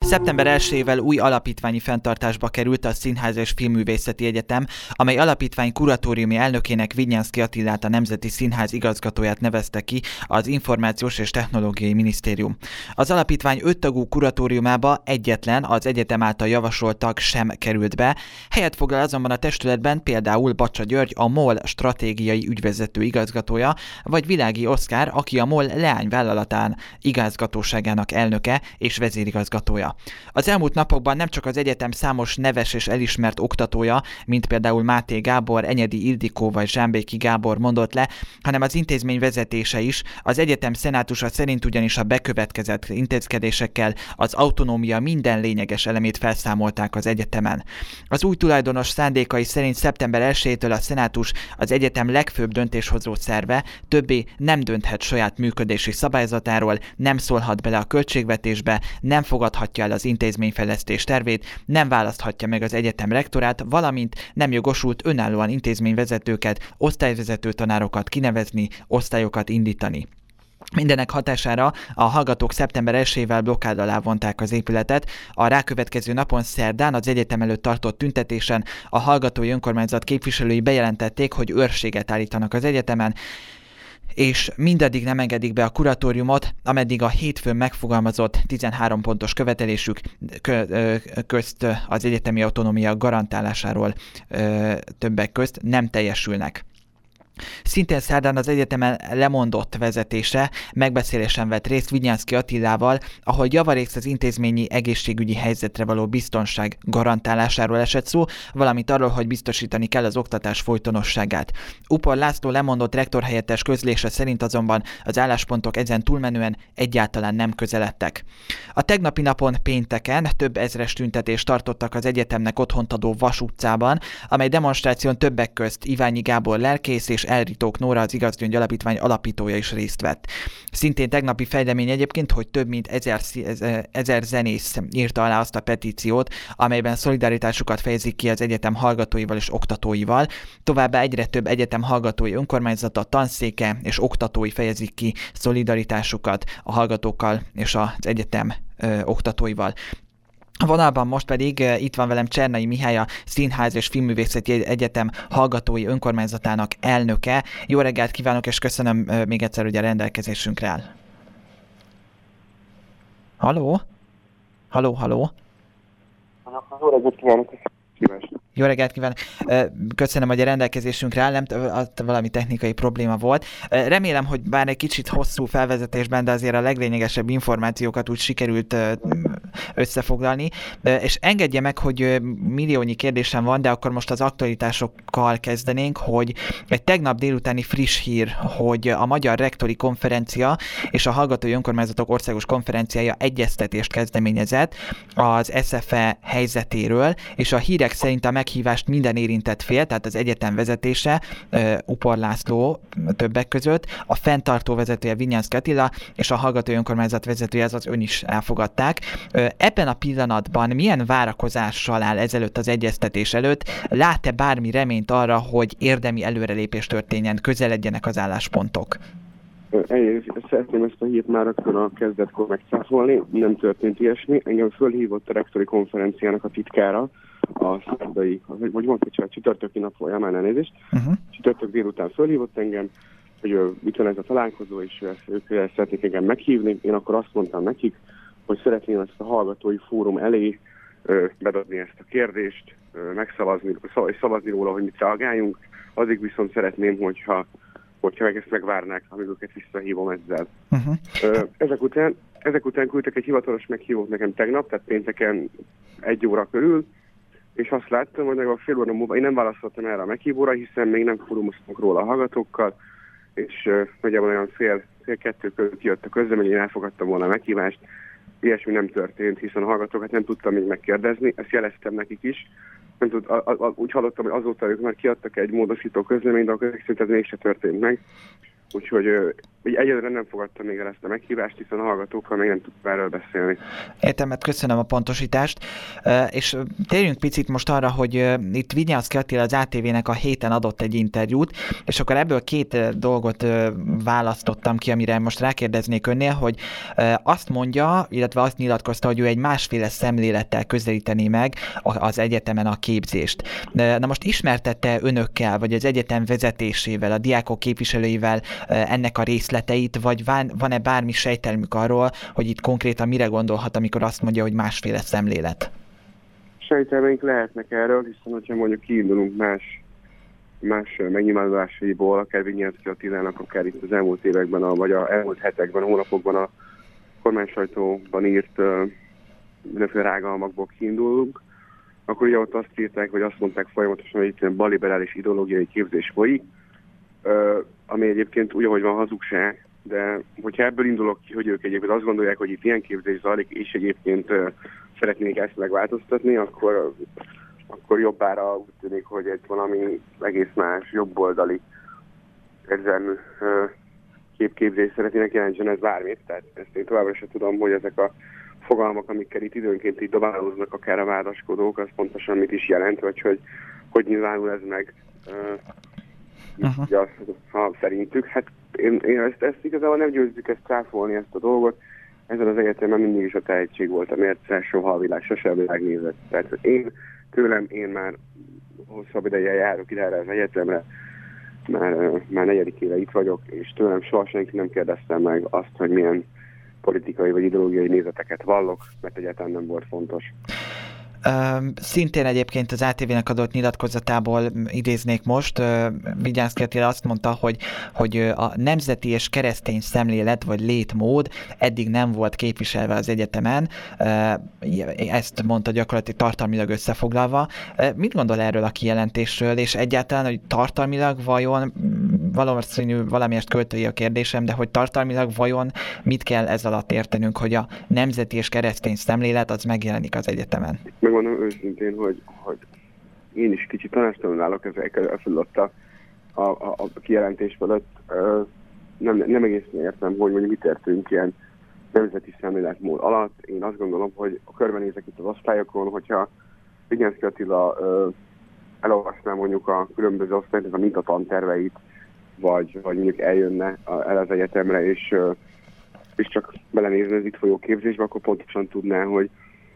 Szeptember 1-ével új alapítványi fenntartásba került a Színház és Filmművészeti Egyetem, amely alapítvány kuratóriumi elnökének Vignyánszky Attilát, a Nemzeti Színház igazgatóját nevezte ki az Információs és Technológiai Minisztérium. Az alapítvány 5 tagú kuratóriumába egyetlen az egyetem által javasolt tag sem került be, helyet foglal azonban a testületben például Bacsa György, a MOL stratégiai ügyvezető igazgatója, vagy Világi Oszkár, aki a MOL leányvállalatán igazgatóságának elnöke és vezérigazgatója. Az elmúlt napokban nem csak az egyetem számos neves és elismert oktatója, mint például Máté Gábor, Enyedi Ildikó vagy Zsámbéki Gábor mondott le, hanem az intézmény vezetése is. Az egyetem szenátusa szerint ugyanis a bekövetkezett intézkedésekkel az autonómia minden lényeges elemét felszámolták az egyetemen. Az új tulajdonos szándékai szerint szeptember 1-től a szenátus az egyetem legfőbb döntéshozó szerve, többé nem dönthet saját működési szabályzatáról, nem szólhat bele a költségvetésbe, nem fogadhatja el az intézményfejlesztés tervét, nem választhatja meg az egyetem rektorát, valamint nem jogosult önállóan intézményvezetőket, osztályvezető tanárokat kinevezni, osztályokat indítani. Mindenek hatására a hallgatók szeptember 1-ével blokkád alá vonták az épületet. A rákövetkező napon, szerdán az egyetem előtt tartott tüntetésen a hallgatói önkormányzat képviselői bejelentették, hogy őrséget állítanak az egyetemen, és mindaddig nem engedik be a kuratóriumot, ameddig a hétfőn megfogalmazott 13 pontos követelésük közt az egyetemi autonómia garantálásáról többek közt nem teljesülnek. Szintén szerdán az egyetemen lemondott vezetése megbeszélésen vett részt Vignyánszky Attilával, ahol javarészt az intézményi egészségügyi helyzetre való biztonság garantálásáról esett szó, valamint arról, hogy biztosítani kell az oktatás folytonosságát. Upor László lemondott rektorhelyettes közlése szerint azonban az álláspontok ezen túlmenően egyáltalán nem közeledtek. A tegnapi napon pénteken több ezres tüntetést tartottak az egyetemnek otthont adó Vas utcában, amely demonstráción többek közt Iványi Gábor lelkész és Elritók Nóra, az Igazgyöngy Alapítvány alapítója is részt vett. Szintén tegnapi fejlemény egyébként, hogy több mint 1000 zenész írta alá azt a petíciót, amelyben szolidaritásukat fejezik ki az egyetem hallgatóival és oktatóival. Továbbá egyre több egyetem hallgatói önkormányzata, tanszéke és oktatói fejezik ki szolidaritásukat a hallgatókkal és az egyetem oktatóival. A vonalban most pedig itt van velem Csernai Mihály, a Színház és Filmművészeti Egyetem hallgatói önkormányzatának elnöke. Jó reggelt kívánok, és köszönöm még egyszer, hogy a rendelkezésünkre áll. Halló? Halló? Jó reggelt kívánok! Jó reggelt kívánok! Köszönöm, hogy a rendelkezésünkre áll, nem, valami technikai probléma volt. Remélem, hogy bár egy kicsit hosszú felvezetésben, de azért a leglényegesebb információkat úgy sikerült összefoglalni. És engedje meg, hogy milliónyi kérdésem van, de akkor most az aktualitásokkal kezdenénk, hogy egy tegnap délutáni friss hír, hogy a Magyar Rektori Konferencia és a Hallgatói Önkormányzatok Országos Konferenciája egyeztetést kezdeményezett az SFE helyzetéről, és a hírek szerint a meghívást minden érintett fél, tehát az egyetem vezetése, Upor László többek között, a fenntartó vezetője Vignyánszky Attila és a Hallgatói Önkormányzat vezetője, az ön is elfogadták. Ebben a pillanatban milyen várakozással áll ezelőtt az egyeztetés előtt? Lát-e bármi reményt arra, hogy érdemi előrelépés történjen, közeledjenek az álláspontok? Szeretném ezt a hírt már rögtön a kezdetkor megcáfolni, nem történt ilyesmi. Engem fölhívott a rektori konferenciának a titkára, a szerdai, vagy mondta, hogy a csütörtöki nap folyamán, elnézést. Csütörtök délután fölhívott engem, hogy itt van ez a találkozó, és ők szeretnék engem meghívni. Én akkor azt mondtam nekik, hogy szeretném ezt a hallgatói fórum elé bedobni ezt a kérdést, megszavazni, és szavazni róla, hogy mit reagáljunk. Addig viszont szeretném, hogyha meg ezt megvárnák, amíg őket visszahívom ezzel. Ezek után küldtek egy hivatalos meghívót nekem tegnap, tehát pénteken 1 óra körül, és azt láttam, hogy a fél óra múlva én nem választottam erre a meghívóra, hiszen még nem fórumoztunk róla a hallgatókkal, és nagyjából olyan fél 2 között jött a közlemény, én elfogadtam volna a meghívást. Ilyesmi nem történt, hiszen a hallgatókat nem tudtam még megkérdezni, ezt jeleztem nekik is. Úgy hallottam, hogy azóta ők már kiadtak egy módosító közleményt, de akkor szerint ez mégse történt meg. Úgyhogy egyelőre nem fogadtam még el ezt a meghívást, hiszen a hallgatókkal még nem tudtam erről beszélni. Értem, mert köszönöm a pontosítást. És térjünk picit most arra, hogy itt Vignyánszky Attila az ATV-nek a héten adott egy interjút, és akkor ebből két dolgot választottam ki, amire most rákérdeznék önnél, hogy azt mondja, illetve azt nyilatkozta, hogy ő egy másféle szemlélettel közelíteni meg az egyetemen a képzést. Na most ismertette önökkel, vagy az egyetem vezetésével, a diákok képviselőivel ennek a részleteit, vagy van-e bármi sejtelmük arról, hogy itt konkrétan mire gondolhat, amikor azt mondja, hogy másféle szemlélet? Sejtelmeink lehetnek erről, hiszen hogyha mondjuk kiindulunk más megnyilvánulásaiból, akár Vignyánszky Attilának, akár itt az elmúlt években, vagy az elmúlt hetekben, hónapokban a kormánysajtóban írt mindenféle rágalmakból kiindulunk, akkor ugye ott azt írták, vagy azt mondták folyamatosan, hogy itt ilyen balliberális ideológiai képzés folyik, ami egyébként úgy, ahogy van, hazugság, de hogyha ebből indulok ki, hogy ők egyébként azt gondolják, hogy itt ilyen képzés zajlik, és egyébként szeretnék ezt megváltoztatni, akkor jobbára úgy tűnik, hogy egy valami egész más, jobboldali érzelmű képképzést szeretnének jelentsen ez bármit. Tehát ezt én továbbra sem tudom, hogy ezek a fogalmak, amikkel itt időnként így dobálóznak akár a vádaskodók, az pontosan mit is jelent, vagy hogy nyilvánul ez meg ha szerintük. Hát én ezt igazából nem győzzük ezt cáfolni, ezt a dolgot. Ezen az egyetemen mindig is a tehetség volt a mérce, soha a világ, sose a világnézet. Tehát én már hosszabb ideje járok ide erre az egyetemre, már 4. éve itt vagyok, és tőlem soha senki nem kérdezte meg azt, hogy milyen politikai vagy ideológiai nézeteket vallok, mert egyáltalán nem volt fontos. Szintén egyébként az ATV-nek adott nyilatkozatából idéznék most. Vignyánszky Attila azt mondta, hogy a nemzeti és keresztény szemlélet vagy létmód eddig nem volt képviselve az egyetemen. Ezt mondta gyakorlatilag tartalmilag összefoglalva. Mit gondol erről a kijelentésről, és egyáltalán, hogy tartalmilag vajon, valószínű valamiért költői a kérdésem, de hogy tartalmilag vajon mit kell ez alatt értenünk, hogy a nemzeti és keresztény szemlélet az megjelenik az egyetemen? Megmondom őszintén, hogy én is kicsit tanástalanul állok ezekkel a kijelentés fölött. Nem egészen értem, hogy mondjuk mit értünk ilyen nemzeti szemléletmód alatt. Én azt gondolom, hogy körbenézek itt az osztályokon, hogyha Vignyánszky Attila elolvasná mondjuk a különböző osztályoknak a mintatanterveit, vagy mondjuk eljönne el az egyetemre, és csak belenézni az itt folyó képzésbe, akkor pontosan tudná, hogy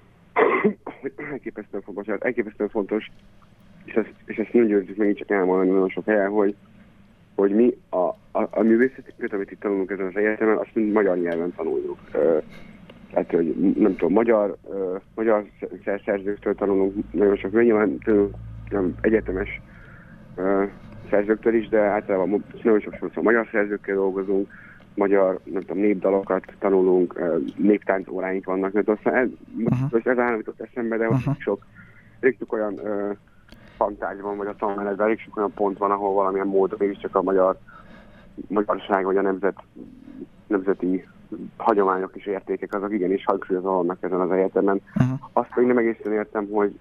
elképesztően fontos, és ezt nem győzzük megint csak elmondani nagyon sok helyen, hogy mi a művészeteket, amit itt tanulunk ezen az egyetemen, azt mind magyar nyelven tanuljuk. Tehát, hogy nem tudom, magyar szerzőktől tanulunk, nagyon sok nyilván egyetemes szerzőktől is, de általában nagyon sokszor magyar szerzőkkel dolgozunk, magyar, nem tudom, népdalokat tanulunk, néptánc óráink vannak, mert aztán ez állított eszembe, de elég sok olyan fantázsban, vagy a tanmenetben elég sok olyan pont van, ahol valamilyen módon mégiscsak a magyarság, vagy a nemzeti hagyományok és értékek, azok igenis hangsúlyozva vannak ezen az egyetemen. Azt még nem egészen értem, hogy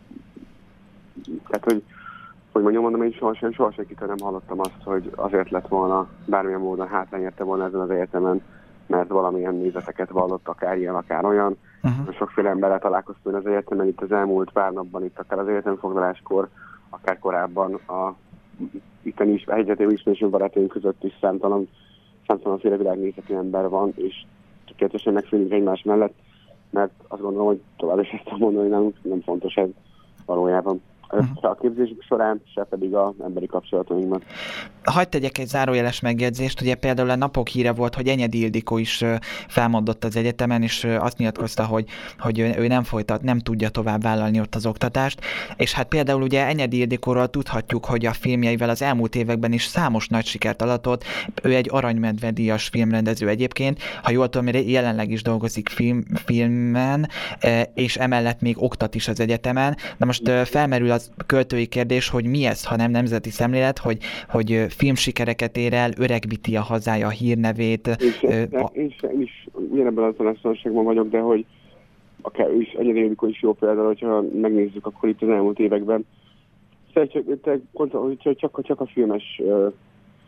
mondom, én soha senkitől nem hallottam azt, hogy azért lett volna, bármilyen módon hátrány érte volna ezen az egyetemen, mert valamilyen nézeteket vallott, akár ilyen, akár olyan. Sokféle emberrel találkoztunk az egyetemen itt az elmúlt pár napban, itt akár az egyetemfoglaláskor, akár korábban itteni egyetemi ismerősök barátaink között is számtalanféle világnézetű ember van, és tökéletesen megfélünk egymás mellett, mert azt gondolom, hogy tovább is ezt mondani, hogy nem fontos ez valójában. Se a képzés során, se pedig az emberi kapcsolatainkban. Hadd tegyek egy zárójeles megjegyzést, ugye például a napok híre volt, hogy Enyedi Ildikó is felmondott az egyetemen, és azt nyilatkozta, hogy ő nem tudja tovább vállalni ott az oktatást, és hát például ugye Enyedi Ildikóról tudhatjuk, hogy a filmjeivel az elmúlt években is számos nagy sikert aratott. Ő egy Aranymedve-díjas filmrendező egyébként, ha jól tudom, jelenleg is dolgozik filmen, és emellett még oktat is az egyetemen. Na most felmerül az költői kérdés, hogy mi ez, ha nem nemzeti szemlélet, hogy filmsikereket ér el, öregbíti a hazája a hírnevét. Én is ugyanebben az tanácstalanságban vagyok, de hogy akár ő is, Enyedi Ildikó is jó például, hogyha megnézzük, akkor itt az elmúlt években. Csak a filmes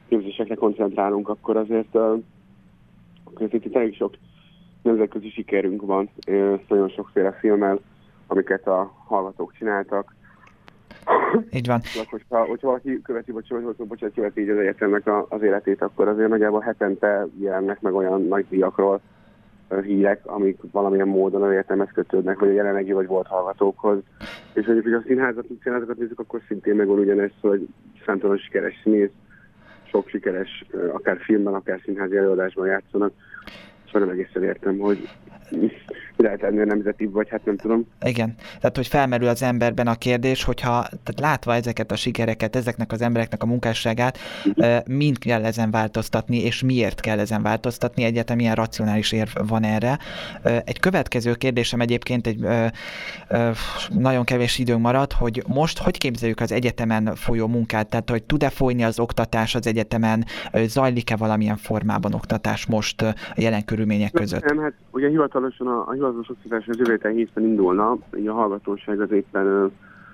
képzésekre koncentrálunk, akkor azért itt elég sok nemzetközi sikerünk van, nagyon sokféle filmmel, amiket a hallgatók csináltak. Így van. Hogyha valaki követi így az egyetemnek az életét, akkor azért nagyjából hetente jelennek meg olyan nagy díjakról hírek, amik valamilyen módon az egyetemhez kötődnek, vagy a jelenlegi vagy volt hallgatókhoz. És hogy a színházakat nézzük, akkor szintén megvan ugyanez, hogy számtalan sikeres színész, sok sikeres, akár filmben, akár színházi előadásban játszanak. Szóval nem egészen értem, hogy lehet ennél nemzetibb, vagy hát nem tudom. Igen, tehát hogy felmerül az emberben a kérdés, hogyha tehát látva ezeket a sikereket, ezeknek az embereknek a munkásságát, mind kell ezen változtatni, és miért kell ezen változtatni, egyáltalán milyen racionális érv van erre. Egy következő kérdésem egyébként, nagyon kevés időnk maradt, hogy most hogy képzeljük az egyetemen folyó munkát, tehát hogy tud-e folyni az oktatás az egyetemen, zajlik-e valamilyen formában oktatás most a jelen körülmények között? Nem, hát ugye hivatalosan a hivatalos oktatás az jövő héten hétfőn indulna, így a hallgatóság az éppen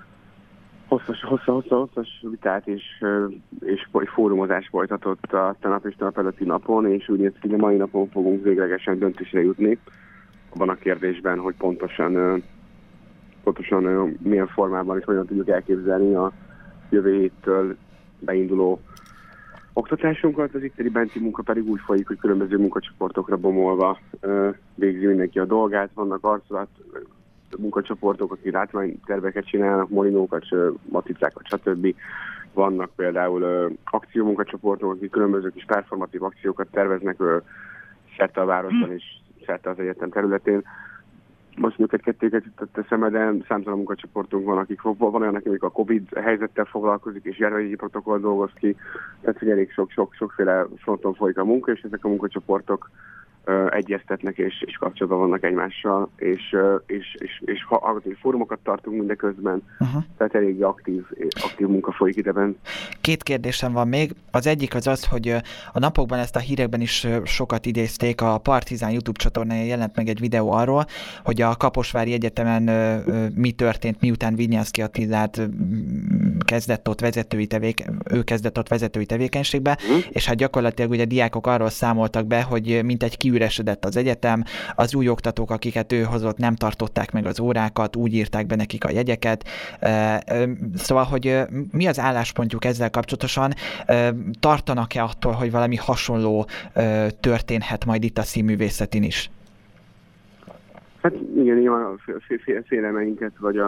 hosszas vitát és fórumozást folytatott a tegnap és tegnap előtti napon, és úgy néz ki, hogy a mai napon fogunk véglegesen döntésre jutni abban a kérdésben, hogy pontosan milyen formában és hogyan tudjuk elképzelni a jövő héttől beinduló oktatásunkat. Az itteni benti munka pedig úgy folyik, hogy különböző munkacsoportokra bomolva végzi mindenki a dolgát. Vannak arculat munkacsoportok, akik látványterveket csinálnak, molinókat, matricákat, stb. Vannak például akciómunkacsoportok, akik különböző kis performatív akciókat terveznek szerte a városban és szerte az egyetem területén. Most őket kettéket jutott eszembe, de számtalan munkacsoportunk van, akik van olyanak, akik a Covid helyzettel foglalkozik, és járványi protokoll dolgoz ki. Tehát, hogy elég sokféle fronton folyik a munka, és ezek a munkacsoportok egyeztetnek, és kapcsolatban vannak egymással, és fórumokat tartunk mindeközben, tehát elég aktív munka folyik ideben. Két kérdésem van még. Az egyik az, hogy a napokban ezt a hírekben is sokat idézték, a Partizán YouTube csatornáján jelent meg egy videó arról, hogy a Kaposvári Egyetemen mi történt, miután Vignyánszky Attilát kezdett ott vezetői tevékenységbe, és hát gyakorlatilag ugye diákok arról számoltak be, hogy mintegy kiüresedett az egyetem, az új oktatók, akiket ő hozott, nem tartották meg az órákat, úgy írták be nekik a jegyeket. Szóval, hogy mi az álláspontjuk ezzel kapcsolatosan? Tartanak-e attól, hogy valami hasonló történhet majd itt a színművészetén is? Hát igen, nyilván a félelmeinket, vagy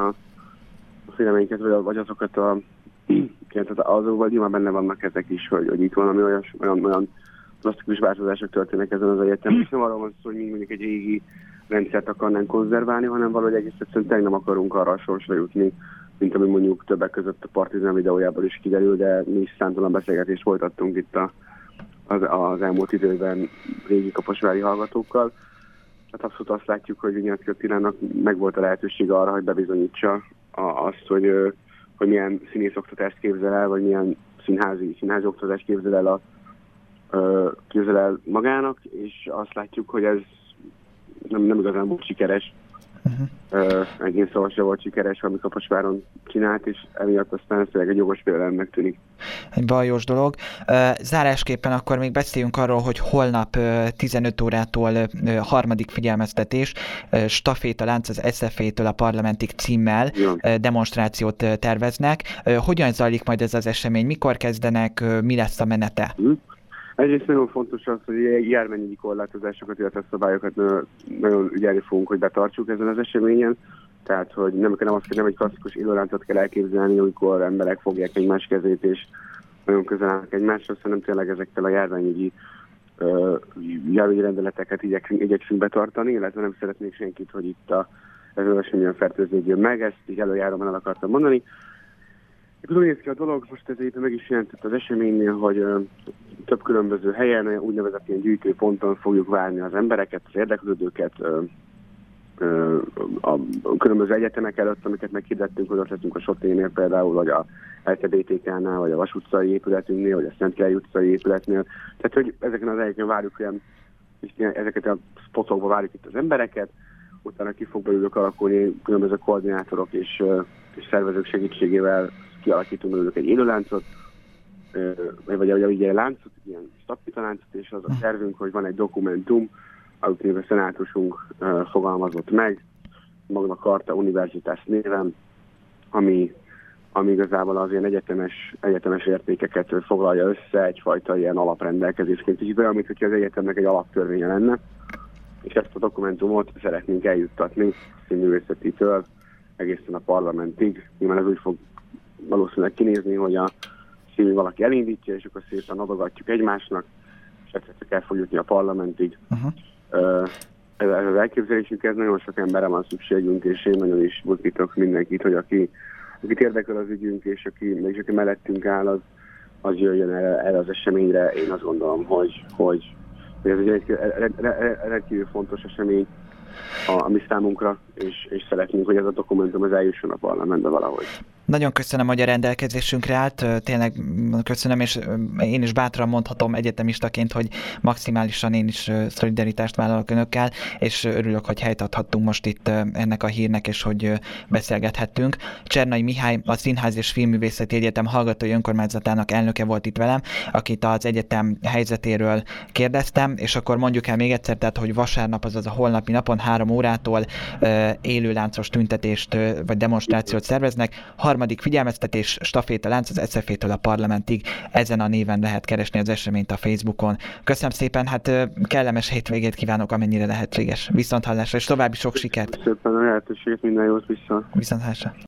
azokat azokban nyilván benne vannak ezek is, hogy itt valami olyan plastikus változások történnek ezen az egyetemen, és nem arról van szó, hogy mi mondjuk egy régi rendszert akarnánk konzerválni, hanem valahogy egész egyszerűen nem akarunk arra a sorsra jutni, mint ami mondjuk többek között a Partizán videójából is kiderül, de mi is számtalan beszélgetést folytattunk itt az elmúlt időben régi kaposvári hallgatókkal. Hát abszolút azt látjuk, hogy Vignyánszky Attilának megvolt a lehetőség arra, hogy bebizonyítsa azt, hogy milyen színészoktatást képzel el, vagy milyen színházi oktatást képzel el magának, és azt látjuk, hogy ez nem igazán volt sikeres. Egész szóval se volt sikeres, amit Kaposváron csinált, és emiatt aztán ez egy jogos példánynak tűnik. Egy bajos dolog. Zárásképpen akkor még beszéljünk arról, hogy holnap 15 órától harmadik figyelmeztetés, stafétalánc az SZF-től a Parlamentig címmel demonstrációt terveznek. Hogyan zajlik majd ez az esemény? Mikor kezdenek? Mi lesz a menete? Egyrészt nagyon fontos az, hogy járványügyi korlátozásokat, illetve szabályokat nagyon ügyelni fogunk, hogy betartsuk ezen az eseményen. Tehát, hogy nem egy klasszikus élőláncot kell elképzelni, amikor emberek fogják egymás kezét, és nagyon közel állnak egymáshoz, hanem tényleg ezekkel a járványügyi rendeleteket igyekszünk betartani, illetve nem szeretnék senkit, hogy itt ezen az eseményen fertőződjön meg, ezt így előjáróban el akartam mondani. Úgy néz ki a dolog, most ez éppen meg is jelentett az eseménynél, hogy több különböző helyen, úgynevezett ilyen gyűjtőponton fogjuk várni az embereket, az érdeklődőket, a különböző egyetemek előtt, amiket meghirdettünk, hogy ott leszünk a Soténél például, vagy a LTBTK-nál, vagy a Vas utcai épületünknél, vagy a Szentkely utcai épületnél. Tehát, hogy ezeken az helyeken várjuk ezeket a spotokba várjuk itt az embereket, utána ki fog belőlük alakulni különböző koordinátorok és szervezők segítségével kialakítunk belőlük egy élőláncot, vagy ugye láncot, ilyen stafétaláncot, és az a tervünk, hogy van egy dokumentum, amit a szenátusunk fogalmazott meg, Magna Carta Universitas néven, ami igazából az ilyen egyetemes értékeket foglalja össze egyfajta ilyen alaprendelkezésként. Így olyan, mintha az egyetemnek egy alaptörvénye lenne, és ezt a dokumentumot szeretnénk eljuttatni a színművészetitől egészen a parlamentig. Nyilván ez úgy fog valószínűleg kinézni, hogy a színmű valaki elindítja, és akkor szépen adogatjuk egymásnak, és egyszer csak el fog jutni a parlamentig. Ez az elképzelésünk, ez nagyon sok emberre van szükségünk, és én nagyon is buzdítok mindenkit, hogy akit érdekel az ügyünk, és aki mellettünk áll, az jöjjön erre az eseményre. Én azt gondolom, hogy ez egy rendkívül fontos esemény a mi számunkra, és szeretnénk, hogy ez a dokumentum eljusson a parlamentbe valahogy. Nagyon köszönöm, hogy a rendelkezésünkre állt, tényleg köszönöm, és én is bátran mondhatom egyetemistaként, hogy maximálisan én is szolidaritást vállalok önökkel, és örülök, hogy helyt adhattunk most itt ennek a hírnek, és hogy beszélgethettünk. Csernai Mihály, a Színház és Filmművészeti Egyetem hallgatói önkormányzatának elnöke volt itt velem, akit az egyetem helyzetéről kérdeztem, és akkor mondjuk el még egyszer, tehát, hogy vasárnap, azaz a holnapi napon 3 órától élőláncos tüntetést vagy demonstrációt szerveznek. Harmadik figyelmeztetés, stafétalánc az SZF-től a parlamentig. Ezen a néven lehet keresni az eseményt a Facebookon. Köszönöm szépen, hát kellemes hétvégét kívánok, amennyire lehetséges. Viszonthallásra, és további sok sikert. Szépen a lehetőséget, minden jót vissza. Viszonthallásra.